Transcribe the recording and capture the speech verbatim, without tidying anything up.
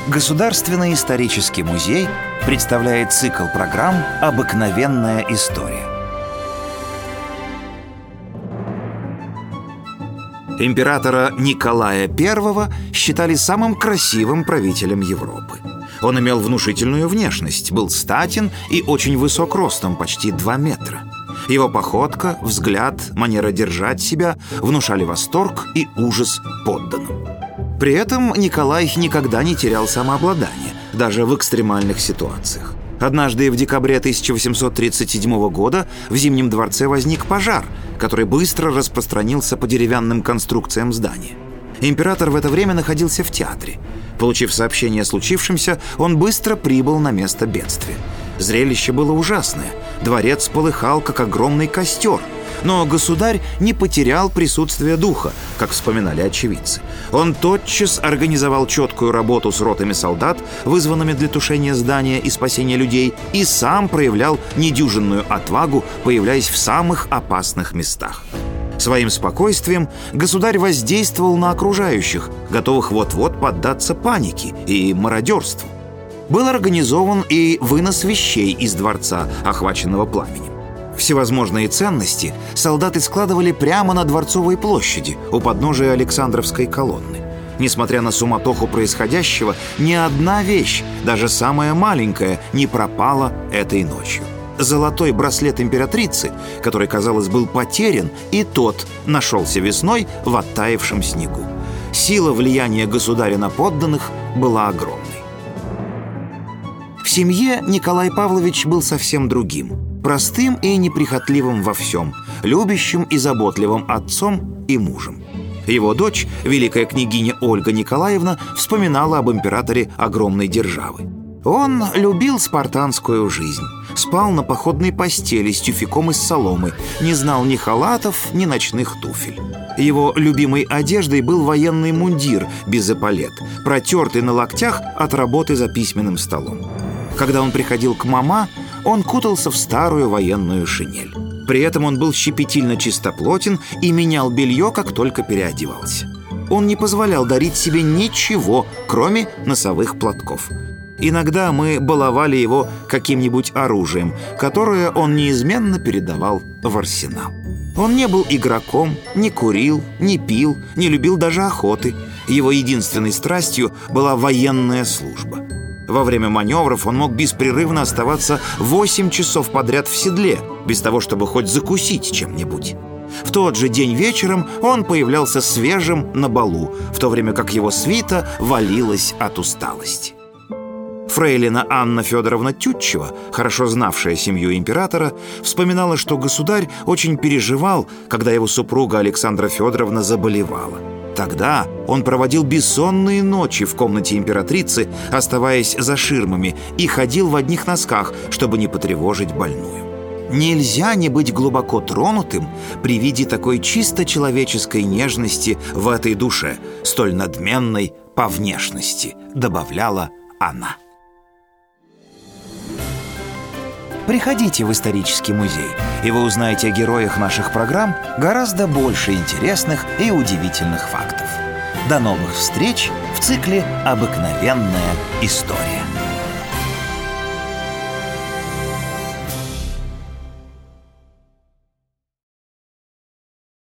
Государственный исторический музей представляет цикл программ «Обыкновенная история». Императора Николая Первого считали самым красивым правителем Европы. Он имел внушительную внешность, был статен и очень высок ростом, почти два метра. Его походка, взгляд, манера держать себя внушали восторг и ужас подданным. При этом Николай никогда не терял самообладание, даже в экстремальных ситуациях. Однажды в декабре тысяча восемьсот тридцать седьмого года в Зимнем дворце возник пожар, который быстро распространился по деревянным конструкциям здания. Император в это время находился в театре. Получив сообщение о случившемся, он быстро прибыл на место бедствия. Зрелище было ужасное. Дворец полыхал, как огромный костер. Но государь не потерял присутствие духа, как вспоминали очевидцы. Он тотчас организовал четкую работу с ротами солдат, вызванными для тушения здания и спасения людей, и сам проявлял недюжинную отвагу, появляясь в самых опасных местах. Своим спокойствием государь воздействовал на окружающих, готовых вот-вот поддаться панике и мародерству. Был организован и вынос вещей из дворца, охваченного пламенем. Всевозможные ценности солдаты складывали прямо на Дворцовой площади, у подножия Александровской колонны. Несмотря на суматоху происходящего, ни одна вещь, даже самая маленькая, не пропала этой ночью. Золотой браслет императрицы, который, казалось, был потерян, и тот нашелся весной в оттаившем снегу. Сила влияния государя на подданных была огромной. В семье Николай Павлович был совсем другим. Простым и неприхотливым во всем, любящим и заботливым отцом и мужем. Его дочь, великая княгиня Ольга Николаевна, вспоминала об императоре огромной державы. Он любил спартанскую жизнь, спал на походной постели с тюфяком из соломы, не знал ни халатов, ни ночных туфель. Его любимой одеждой был военный мундир без эполет, протертый на локтях от работы за письменным столом. Когда он приходил к мама, он кутался в старую военную шинель. При этом он был щепетильно чистоплотен и менял белье, как только переодевался. Он не позволял дарить себе ничего, кроме носовых платков. Иногда мы баловали его каким-нибудь оружием, которое он неизменно передавал в арсенал. Он не был игроком, не курил, не пил, не любил даже охоты. Его единственной страстью была военная служба. Во время маневров он мог беспрерывно оставаться восемь часов подряд в седле, без того, чтобы хоть закусить чем-нибудь. В тот же день вечером он появлялся свежим на балу, в то время как его свита валилась от усталости. Фрейлина Анна Федоровна Тютчева, хорошо знавшая семью императора, вспоминала, что государь очень переживал, когда его супруга Александра Федоровна заболевала. Тогда он проводил бессонные ночи в комнате императрицы, оставаясь за ширмами, и ходил в одних носках, чтобы не потревожить больную. Нельзя не быть глубоко тронутым при виде такой чисто человеческой нежности в этой душе, столь надменной по внешности, добавляла она. Приходите в исторический музей, и вы узнаете о героях наших программ гораздо больше интересных и удивительных фактов. До новых встреч в цикле «Обыкновенная история».